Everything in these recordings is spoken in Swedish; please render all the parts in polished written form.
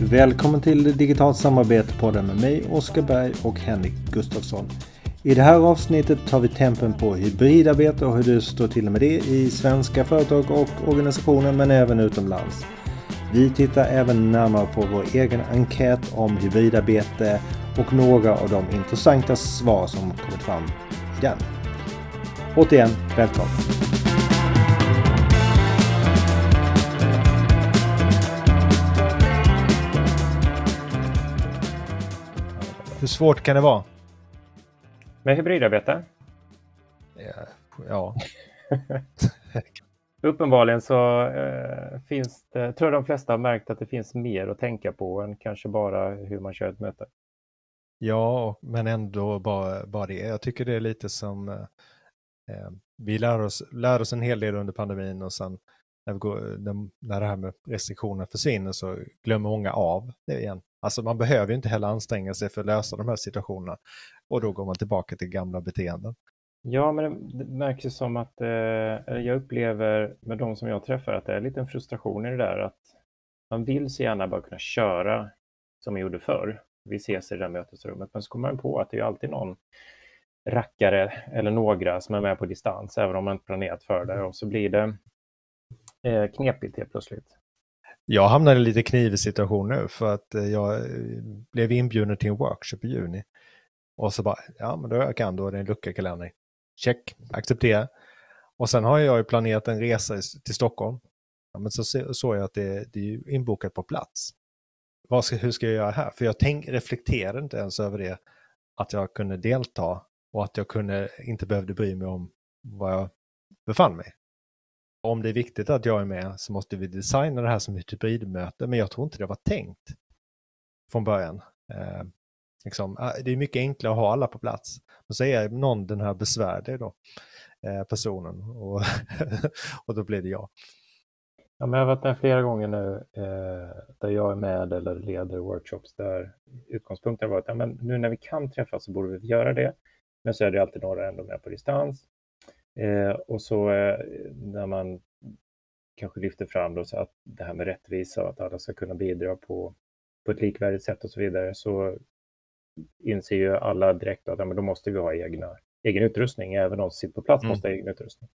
Välkommen till Digitalt samarbete-podden med mig, Oskar Berg och Henrik Gustafsson. I det här avsnittet tar vi tempen på hybridarbete och hur det står till med det i svenska företag och organisationer men även utomlands. Vi tittar även närmare på vår egen enkät om hybridarbete och några av de intressanta svar som kommit fram i den. Återigen, välkommen! Hur svårt kan det vara? Med hybridarbete? Ja. Uppenbarligen så finns det, tror jag de flesta har märkt att det finns mer att tänka på än kanske bara hur man kör ett möte. Ja, men ändå bara det. Jag tycker det är lite som vi lär oss en hel del under pandemin och sen när det här med restriktioner försvinner så glömmer många av det igen. Alltså man behöver ju inte heller anstränga sig för att lösa de här situationerna och då går man tillbaka till gamla beteenden. Ja, men det märks ju som att jag upplever med de som jag träffar att det är lite en frustration i det där att man vill så gärna bara kunna köra som man gjorde förr. Vi ses i det där mötesrummet, men så kommer man på att det är alltid någon rackare eller några som är med på distans även om man inte planerat för det och så blir det knepigt helt plötsligt. Jag hamnade i lite knivig situation nu för att jag blev inbjuden till en workshop i juni. Och så bara, ja men då jag kan, då är det en lucka i kalendern. Check, acceptera. Och sen har jag ju planerat en resa till Stockholm. Ja, men så såg jag att det är ju inbokat på plats. Hur ska jag göra här? För jag reflekterade inte ens över det. Att jag kunde delta och att jag inte behövde bry mig om var jag befann mig. Om det är viktigt att jag är med så måste vi designa det här som ett hybridmöte. Men jag tror inte det var tänkt från början. Det är mycket enklare att ha alla på plats. Men så är någon den här besvärliga då, personen. Och då blir det jag. Ja, men jag har varit med flera gånger nu där jag är med eller leder workshops där utgångspunkten har varit att men nu när vi kan träffas så borde vi göra det. Men så är det alltid några ändå med på distans. Och så när man kanske lyfter fram då, så att det här med rättvisa och att alla ska kunna bidra på ett likvärdigt sätt och så vidare så inser ju alla direkt att men då måste vi ha egen utrustning. Även de som sitter på plats måste ha egen utrustning.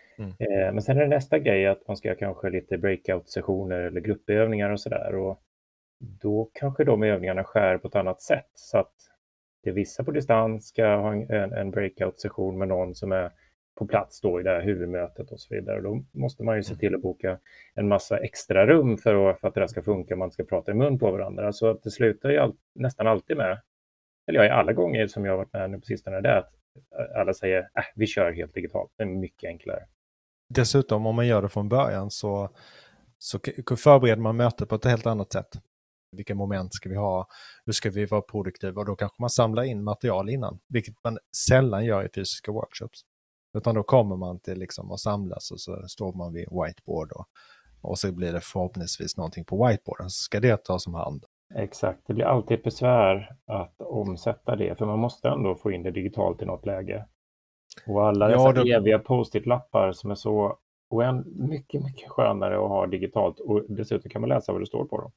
Men sen är det nästa grej att man ska kanske lite breakout-sessioner eller gruppövningar och sådär. Och då kanske de övningarna skär på ett annat sätt. Så att det vissa på distans ska ha en breakout-session med någon som är på plats då i det här huvudmötet och så vidare. Då måste man ju se till att boka en massa extra rum för att det här ska funka. Man ska prata i mun på varandra. Så att det slutar ju nästan alltid med, eller i alla gånger som jag har varit med nu på sistone, det är att alla säger vi kör helt digitalt. Det är mycket enklare. Dessutom om man gör det från början så förbereder man mötet på ett helt annat sätt. Vilka moment ska vi ha? Hur ska vi vara produktiva? Och då kanske man samlar in material innan. Vilket man sällan gör i fysiska workshops. Utan då kommer man till att samlas och så står man vid whiteboard och så blir det förhoppningsvis någonting på whiteboarden. Så ska det tas om hand. Exakt, det blir alltid ett besvär att omsätta det. För man måste ändå få in det digitalt i något läge. Och alla dessa eviga post-it-lappar som är så mycket, mycket skönare att ha digitalt. Och dessutom kan man läsa vad det står på dem.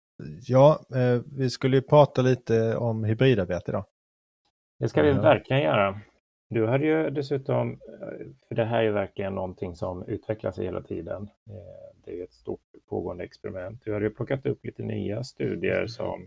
Ja, vi skulle ju prata lite om hybridarbete idag. Det ska vi verkligen göra. Du hade ju dessutom, för det här är ju verkligen någonting som utvecklas hela tiden. Det är ju ett stort pågående experiment. Du hade ju plockat upp lite nya studier som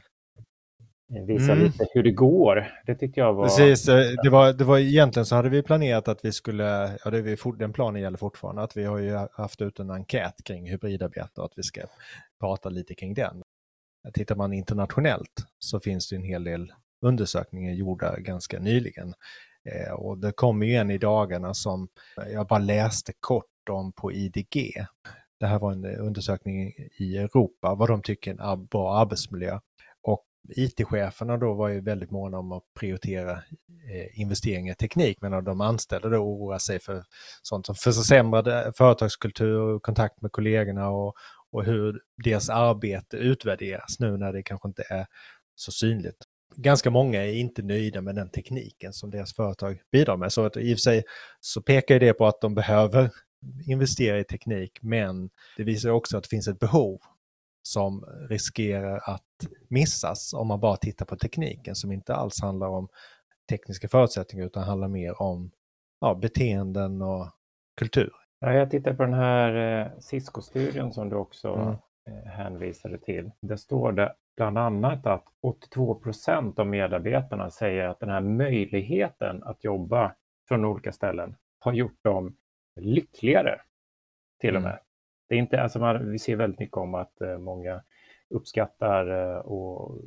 visar lite hur det går. Det tyckte jag var... Precis, det var egentligen så hade vi planerat att vi skulle, den planen gäller fortfarande, att vi har ju haft ut en enkät kring hybridarbete och att vi ska prata lite kring den. Tittar man internationellt så finns det en hel del undersökningar gjorda ganska nyligen. Och det kommer ju en i dagarna som jag bara läste kort om på IDG. Det här var en undersökning i Europa vad de tycker är en bra arbetsmiljö. Och IT-cheferna då var ju väldigt måna om att prioritera investeringar i teknik, medan de anställda då oroar sig för sånt som försämrade företagskultur, kontakt med kollegorna och hur deras arbete utvärderas nu när det kanske inte är så synligt. Ganska många är inte nöjda med den tekniken som deras företag bidrar med. Så att i och för sig så pekar det på att de behöver investera i teknik, men det visar också att det finns ett behov. som riskerar att missas om man bara tittar på tekniken, som inte alls handlar om tekniska förutsättningar utan handlar mer om beteenden och kultur. Ja, jag tittar på den här Cisco-studien som du också hänvisade till. Där står det bland annat att 82% av medarbetarna säger att den här möjligheten att jobba från olika ställen har gjort dem lyckligare till och med. Det är inte, alltså vi ser väldigt mycket om att många uppskattar och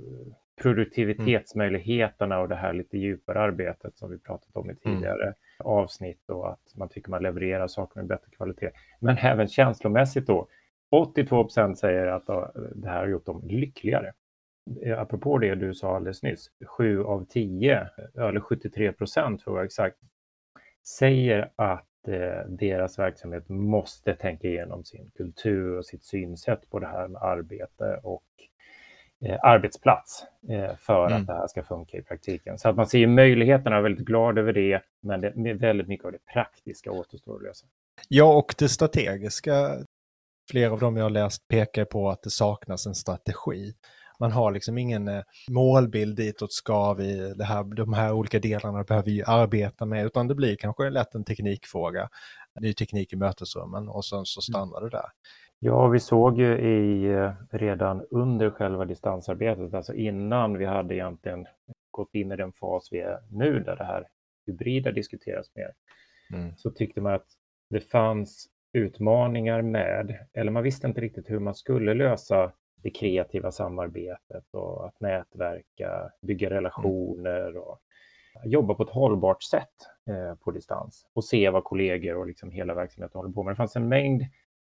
produktivitetsmöjligheterna och det här lite djupare arbetet som vi pratat om i tidigare avsnitt, och att man tycker man levererar saker med bättre kvalitet. Men även känslomässigt då, 82% säger att det här har gjort dem lyckligare. Apropå det du sa alldeles nyss, 7 av 10, eller 73% för att vara exakt, säger att deras verksamhet måste tänka igenom sin kultur och sitt synsätt på det här med arbete och arbetsplats för att det här ska funka i praktiken. Så att man ser möjligheterna, är väldigt glad över det, men det, väldigt mycket av det praktiska återstår att lösa. Ja, och det strategiska, flera av dem jag har läst pekar på att det saknas en strategi. Man har liksom ingen målbild, ditåt ska vi, de här olika delarna behöver vi arbeta med, utan det blir kanske lätt en teknikfråga. Det är teknik i mötesrummen och så stannar det där. Ja, vi såg ju redan under själva distansarbetet, alltså innan vi hade egentligen gått in i den fas vi är nu, där det här hybrida diskuteras mer, så tyckte man att det fanns utmaningar med, eller man visste inte riktigt hur man skulle lösa det kreativa samarbetet och att nätverka, bygga relationer och jobba på ett hållbart sätt på distans och se vad kollegor och liksom hela verksamheten håller på med. Det fanns en mängd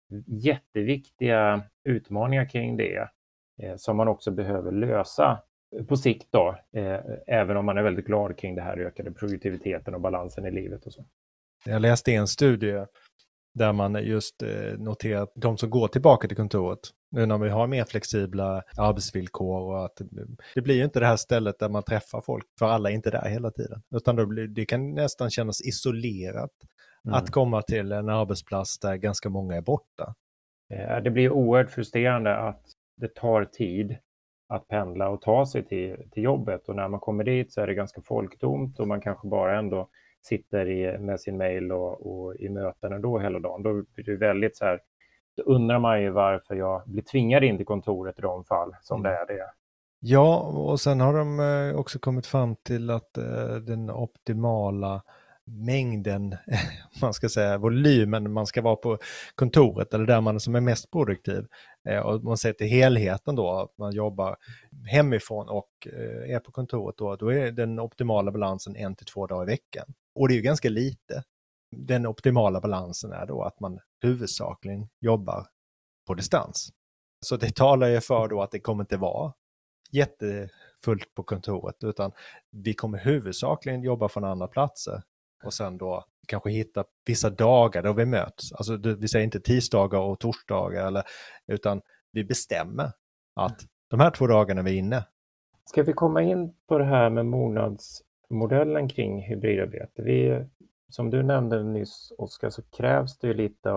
jätteviktiga utmaningar kring det som man också behöver lösa på sikt då, även om man är väldigt glad kring det här ökade produktiviteten och balansen i livet och så. Jag läste en studie där man just noterar de som går tillbaka till kontoret, nu när vi har mer flexibla arbetsvillkor, och att det blir ju inte det här stället där man träffar folk, för alla är inte där hela tiden, utan det kan nästan kännas isolerat att komma till en arbetsplats där ganska många är borta. Det blir oerhört frustrerande att det tar tid att pendla och ta sig till jobbet, och när man kommer dit så är det ganska folktomt och man kanske bara ändå sitter med sin mejl och i möten ändå hela dagen. Då blir det väldigt så här, då undrar man ju varför jag blir tvingad in till kontoret i de fall som det är det. Ja, och sen har de också kommit fram till att den optimala mängden, man ska säga volymen man ska vara på kontoret, eller där man som är mest produktiv, och man ser till helheten då, att man jobbar hemifrån och är på kontoret då är den optimala balansen 1 till 2 dagar i veckan. Och det är ju ganska lite. Den optimala balansen är då att man huvudsakligen jobbar på distans. Så det talar ju för då att det kommer inte vara jättefullt på kontoret, utan vi kommer huvudsakligen jobba från andra platser och sen då kanske hitta vissa dagar då vi möts. Alltså vi säger inte tisdagar och torsdagar, utan vi bestämmer att de här 2 dagarna vi är inne. Ska vi komma in på det här med månadsmodellen kring hybridarbete? Som du nämnde nyss, Oskar, så krävs det ju lite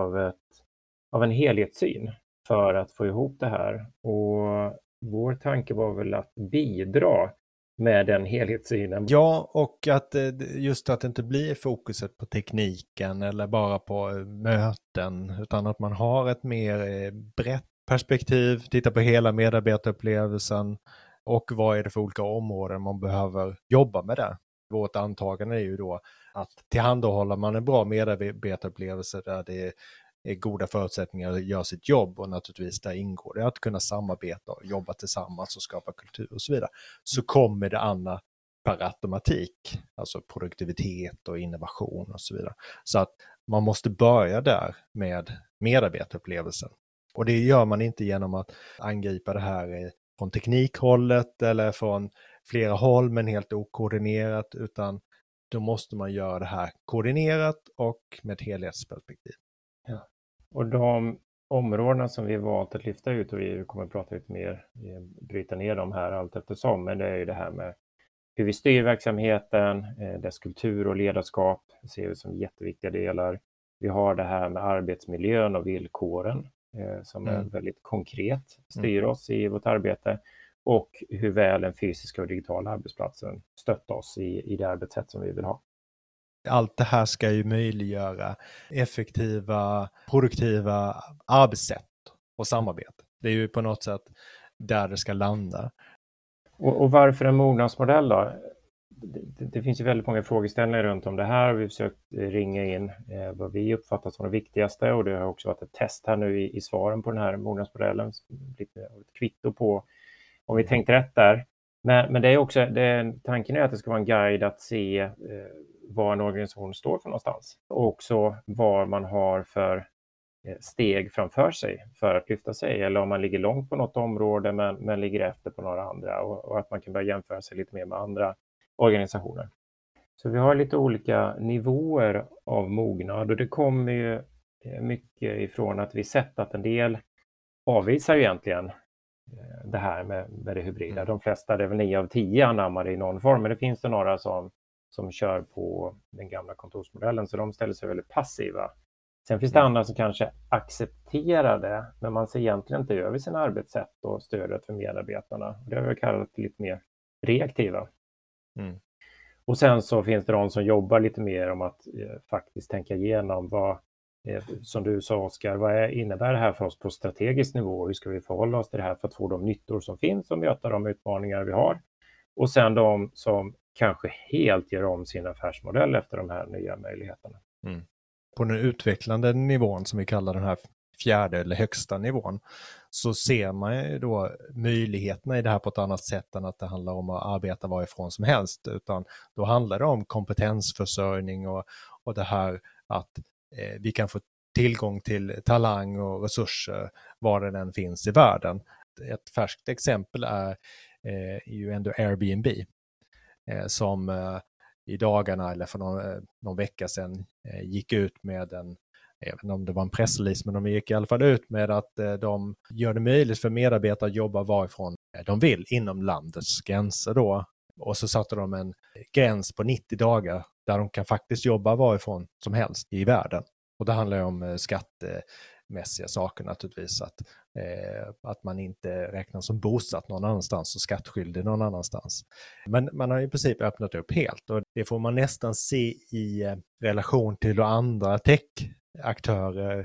av en helhetssyn för att få ihop det här. Och vår tanke var väl att bidra med den helhetssynen. Ja, och att just att det inte blir fokuset på tekniken eller bara på möten, utan att man har ett mer brett perspektiv, titta på hela medarbetarupplevelsen och vad är det för olika områden man behöver jobba med där. Vårt antagande är ju då att tillhandahåller man en bra medarbetarupplevelse där det är goda förutsättningar att göra sitt jobb, och naturligtvis där ingår det att kunna samarbeta och jobba tillsammans och skapa kultur och så vidare, så kommer det andra per automatik, alltså produktivitet och innovation och så vidare. Så att man måste börja där med medarbetarupplevelsen, och det gör man inte genom att angripa det här från teknikhållet eller från flera håll men helt okoordinerat, utan då måste man göra det här koordinerat och med ett helhetsperspektiv. Ja. Och de områdena som vi valt att lyfta ut, och vi kommer att prata lite mer, bryta ner dem här allt eftersom, men det är ju det här med hur vi styr verksamheten, dess kultur och ledarskap ser vi som jätteviktiga delar. Vi har det här med arbetsmiljön och villkoren som är väldigt konkret, styr oss i vårt arbete, och hur väl den fysiska och digitala arbetsplatsen stöttar oss i det arbetssätt som vi vill ha. Allt det här ska ju möjliggöra effektiva, produktiva arbetssätt och samarbete. Det är ju på något sätt där det ska landa. Och varför en mognadsmodell då? Det finns ju väldigt många frågeställningar runt om det här. Vi har försökt ringa in vad vi uppfattar som det viktigaste, och det har också varit ett test här nu i svaren på den här mognadsmodellen. Lite ett kvitto på om vi tänkt rätt där. Men det är också, tanken är att det ska vara en guide att se var en organisation står för någonstans. Och också vad man har för steg framför sig för att lyfta sig, eller om man ligger långt på något område men ligger efter på några andra, och att man kan börja jämföra sig lite mer med andra organisationer. Så vi har lite olika nivåer av mognad, och det kommer ju mycket ifrån att vi sett att en del avvisar egentligen det här med det hybrida. De flesta, det är väl 9 av 10 anammar det i någon form, men det finns det några som kör på den gamla kontorsmodellen, så de ställer sig väldigt passiva. Sen finns det andra som kanske accepterar det, men man ser egentligen inte över sina arbetssätt och stödet för medarbetarna. Det har vi kallat lite mer reaktiva. Och sen så finns det de som jobbar lite mer om att faktiskt tänka igenom vad, som du sa Oskar, vad innebär det här för oss på strategisk nivå? Hur ska vi förhålla oss till det här för att få de nyttor som finns och möta de utmaningar vi har? Och sen de som kanske helt gör om sin affärsmodell efter de här nya möjligheterna. På den utvecklande nivån, som vi kallar den här fjärde eller högsta nivån, så ser man ju då möjligheterna i det här på ett annat sätt än att det handlar om att arbeta varifrån som helst, utan då handlar det om kompetensförsörjning och det här att vi kan få tillgång till talang och resurser var den än finns i världen. Ett färskt exempel är ju ändå Airbnb som i dagarna eller för någon vecka sedan gick ut med jag vet inte om det var en pressrelease, men de gick i alla fall ut med att de gör det möjligt för medarbetare att jobba varifrån de vill inom landets gränser då. Och så satte de en gräns på 90 dagar där de kan faktiskt jobba varifrån som helst i världen. Och det handlar ju om skattemässiga saker naturligtvis, att man inte räknas som bosatt någon annanstans och skattskyldig någon annanstans. Men man har i princip öppnat upp helt, och det får man nästan se i relation till hur andra tech-aktörer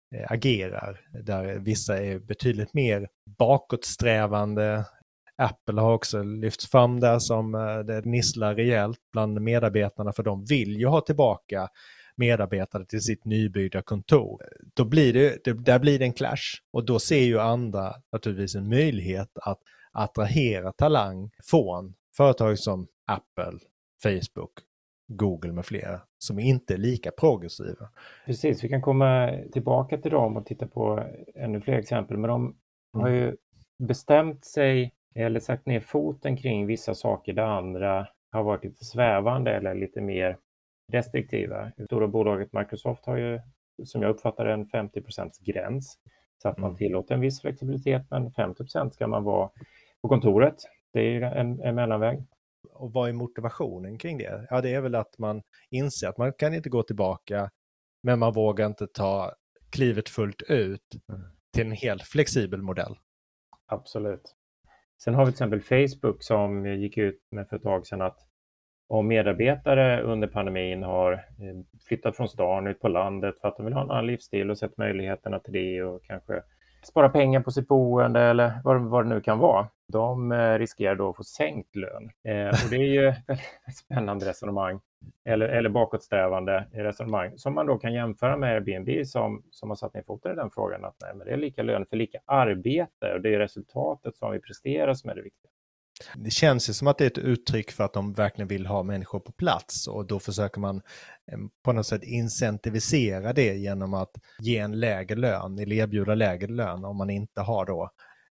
agerar, där vissa är betydligt mer bakåtsträvande. Apple har också lyfts fram där som det nisslar rejält bland medarbetarna, för de vill ju ha tillbaka medarbetare till sitt nybyggda kontor. Då blir där blir det en clash, och då ser ju andra naturligtvis en möjlighet att attrahera talang från företag som Apple, Facebook, Google med flera, som inte är lika progressiva. Precis, vi kan komma tillbaka till dem och titta på ännu fler exempel, men de har ju bestämt sig eller sagt ner foten kring vissa saker där andra har varit lite svävande eller lite mer restriktiva. Det stora bolaget Microsoft har ju, som jag uppfattar, en 50% gräns, så att man tillåter en viss flexibilitet, men 50% ska man vara på kontoret. Det är en mellanväg. Och vad är motivationen kring det? Ja, det är väl att man inser att man kan inte gå tillbaka, men man vågar inte ta klivet fullt ut till en helt flexibel modell. Absolut. Sen har vi till exempel Facebook som gick ut med för ett tag sedan att om medarbetare under pandemin har flyttat från stan ut på landet för att de vill ha en annan livsstil och sett möjligheterna till det och kanske spara pengar på sitt boende eller vad det nu kan vara, de riskerar då att få sänkt lön. Och det är ju ett spännande resonemang, eller bakåtsträvande resonemang, som man då kan jämföra med Airbnb som har satt ner foten i den frågan, att nej, men det är lika lön för lika arbete, och det är resultatet som vi presterar som är det viktiga. Det känns ju som att det är ett uttryck för att de verkligen vill ha människor på plats, och då försöker man på något sätt incentivisera det genom att ge en lägre lön eller erbjuda lägre lön om man inte har då,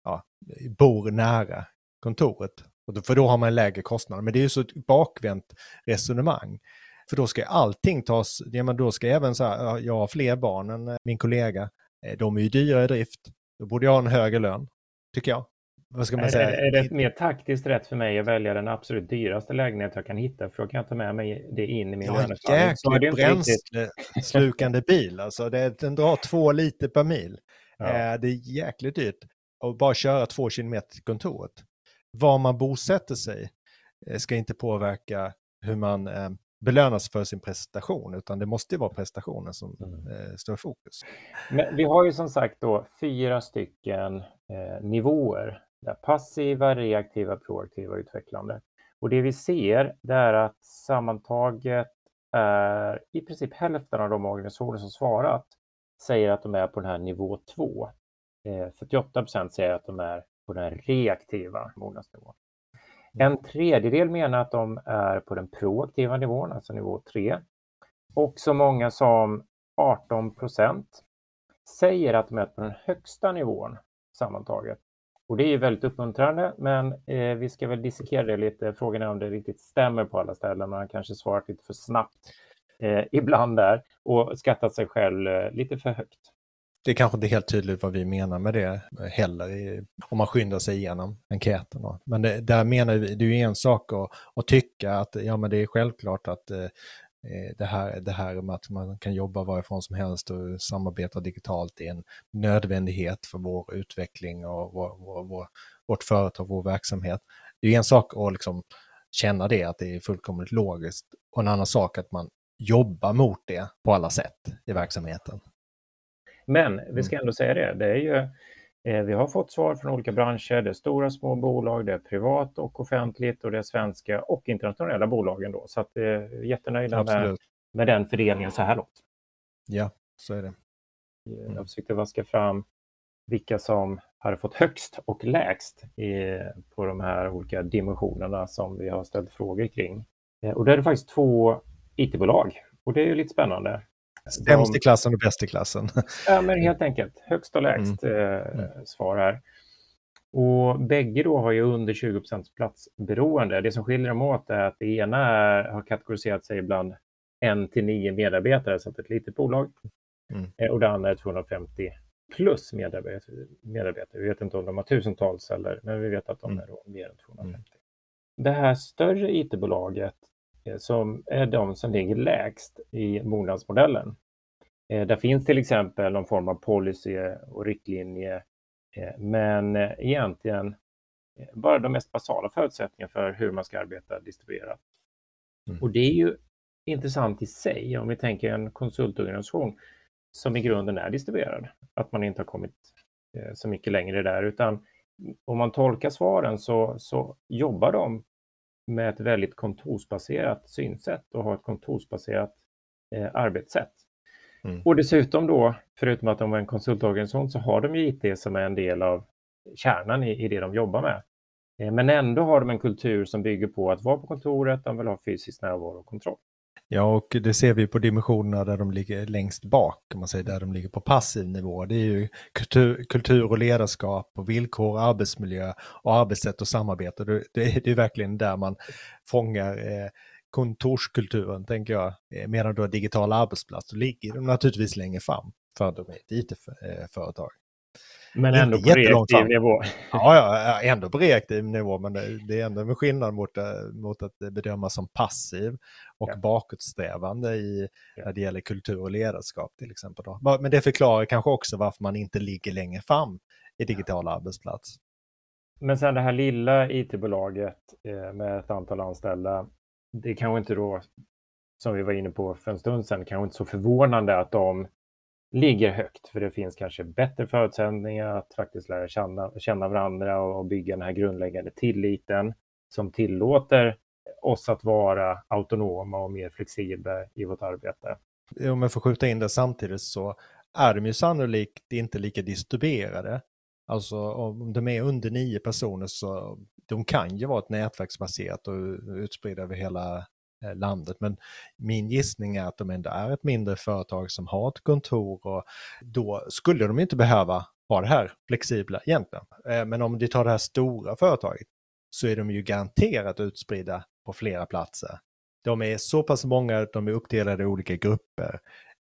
bor nära kontoret. För då har man en lägre kostnad. Men det är ju så ett bakvänt resonemang. För då ska allting tas, då ska även så här, jag har fler barn än min kollega, de är ju dyra i drift, då borde jag ha en högre lön, tycker jag. Vad ska man säga? Är det mer taktiskt rätt för mig att välja den absolut dyraste lägenhet jag kan hitta, för då kan jag ta med mig det in i min löneförhandling? Jäkligt bränsleslukande bil, alltså den drar 2 liter per mil. Ja. Det är jäkligt dyrt att bara köra 2 kilometer till kontoret. Var man bosätter sig ska inte påverka hur man belönas för sin prestation, utan det måste ju vara prestationen som står i fokus. Men vi har ju som sagt då 4 stycken nivåer. Där passiva, reaktiva, proaktiva och utvecklande. Och det vi ser det är att sammantaget är i princip hälften av de organisationer som svarat säger att de är på den här nivå 2. 48% säger att de är på den här reaktiva mognadsnivån. En tredjedel menar att de är på den proaktiva nivån, alltså nivå 3. Och så många som 18% säger att de är på den högsta nivån sammantaget. Och det är ju väldigt uppmuntrande, men vi ska väl dissekera det lite. Frågan är om det riktigt stämmer på alla ställen. Man kanske svarat lite för snabbt ibland där och skattat sig själv lite för högt. Det är kanske inte helt tydligt vad vi menar med det heller, om man skyndar sig igenom enkäten. Men där menar vi, det är ju en sak att tycka att ja, men det är självklart att det här med att man kan jobba varifrån som helst och samarbeta digitalt är en nödvändighet för vår utveckling och vårt företag, vår verksamhet. Det är ju en sak att liksom känna det, att det är fullkomligt logiskt, och en annan sak att man jobbar mot det på alla sätt i verksamheten. Men vi ska ändå säga det. Det är ju, vi har fått svar från olika branscher. Det är stora, små bolag, det är privat och offentligt, och det är svenska och internationella bolagen då. Så att vi är jättenöjda med den fördelningen så här långt. Ja, så är det. Jag försökte vaska fram vilka som hade fått högst och lägst på de här olika dimensionerna som vi har ställt frågor kring. Och det är faktiskt 2 IT-bolag. Och det är ju lite spännande. Sämst i klassen och bäst i klassen. Ja, men helt enkelt. Högst och lägst svar här. Och bägge då har ju under 20% platsberoende. Det som skiljer dem åt är att det ena har kategoriserat sig bland 1-9 medarbetare, så att ett litet bolag. Och det andra är 250 plus medarbetare. Vi vet inte om de har tusentals, men vi vet att de är då mer än 250. Det här större IT-bolaget som är de som ligger lägst i mognadsmodellen. Där finns till exempel någon form av policy och riktlinje, men egentligen bara de mest basala förutsättningarna för hur man ska arbeta distribuerat. Och det är ju intressant i sig om vi tänker en konsultorganisation som i grunden är distribuerad. Att man inte har kommit så mycket längre där, utan om man tolkar svaren så jobbar de med ett väldigt kontorsbaserat synsätt och har ett kontorsbaserat arbetssätt. Och dessutom då, förutom att de är en konsultorganisation, så har de ju IT som är en del av kärnan i det de jobbar med. Men ändå har de en kultur som bygger på att vara på kontoret, de vill ha fysisk närvaro och kontroll. Ja, och det ser vi på dimensionerna där de ligger längst bak, om man säger, där de ligger på passiv nivå. Det är ju kultur och ledarskap och villkor, arbetsmiljö och arbetssätt och samarbete. Det är verkligen där man fångar kontorskulturen, tänker jag. Medan då digital arbetsplats, då ligger de naturligtvis längre fram för de är ett IT-företag. Men ändå på reaktiv nivå. Ja, ändå på reaktiv nivå, men det är ändå en skillnad mot att bedömas som passiv och bakåtsträvande när det gäller kultur och ledarskap till exempel. Då. Men det förklarar kanske också varför man inte ligger längre fram i digital arbetsplats. Men sen det här lilla IT-bolaget med ett antal anställda, det kanske inte då, som vi var inne på för en stund sedan, kanske inte så förvånande att de ligger högt, för det finns kanske bättre förutsättningar att faktiskt lära känna varandra och bygga den här grundläggande tilliten som tillåter oss att vara autonoma och mer flexibla i vårt arbete. Om jag får skjuta in det samtidigt, så är de ju sannolikt inte lika distribuerade. Alltså om de är under 9 personer, så de kan ju vara ett nätverksbaserat och utspridda över hela landet. Men min gissning är att de ändå är ett mindre företag som har ett kontor, och då skulle de inte behöva vara det här flexibla egentligen. Men om de tar det här stora företaget, så är de ju garanterat utspridda på flera platser. De är så pass många att de är uppdelade i olika grupper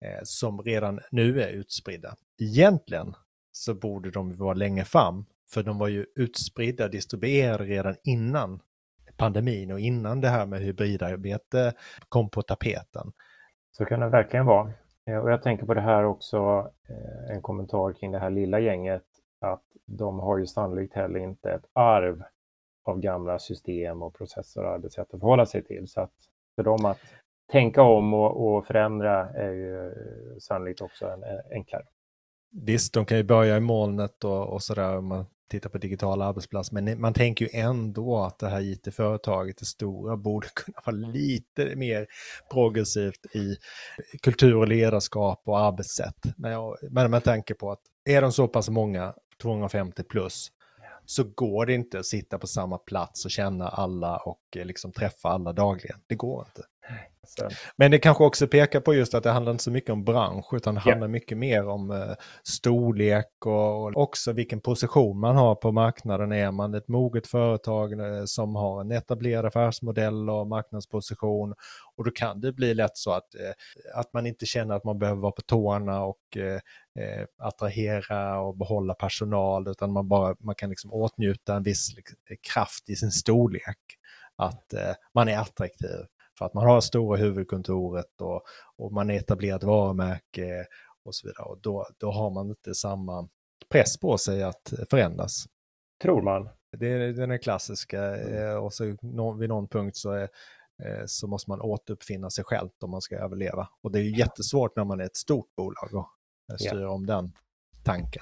som redan nu är utspridda. Egentligen så borde de vara längre fram, för de var ju utspridda, distribuerade redan innan pandemin och innan det här med hybridarbete kom på tapeten. Så kan det verkligen vara. Och jag tänker på det här också, en kommentar kring det här lilla gänget, att de har ju sannolikt heller inte ett arv av gamla system och processer och arbetssätt att förhålla sig till. Så att för dem att tänka om och förändra är ju sannolikt också enklare. Visst, de kan ju börja i molnet och sådär om man tittar på digitala arbetsplats, men man tänker ju ändå att det här IT-företaget, det stora, borde kunna vara lite mer progressivt i kultur och ledarskap och arbetssätt. Men man tänker på att är de så pass många, 250 plus, så går det inte att sitta på samma plats och känna alla och liksom träffa alla dagligen. Det går inte. Men det kanske också pekar på just att det handlar inte så mycket om bransch, utan det handlar mycket mer om storlek och också vilken position man har på marknaden. Är man ett moget företag som har en etablerad affärsmodell och marknadsposition, och då kan det bli lätt så att man inte känner att man behöver vara på tårna och attrahera och behålla personal, utan man kan liksom åtnjuta en viss kraft i sin storlek, att man är attraktiv. För att man har stora huvudkontoret och man är etablerat varumärke och så vidare. Och då har man inte samma press på sig att förändras. Tror man. Det är den klassiska. Och så vid någon punkt så måste man återuppfinna sig själv om man ska överleva. Och det är jättesvårt när man är ett stort bolag och styra om den tanken.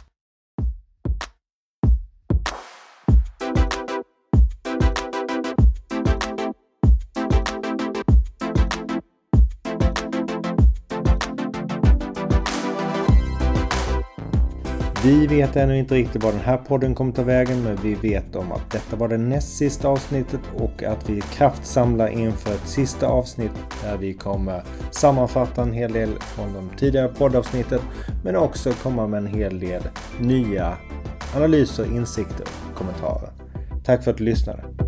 Vi vet ännu inte riktigt vad den här podden kommer ta vägen, men vi vet om att detta var det näst sista avsnittet och att vi kraftsamlar inför ett sista avsnitt där vi kommer sammanfatta en hel del från de tidigare poddavsnittet, men också komma med en hel del nya analyser, insikter och kommentarer. Tack för att du lyssnade.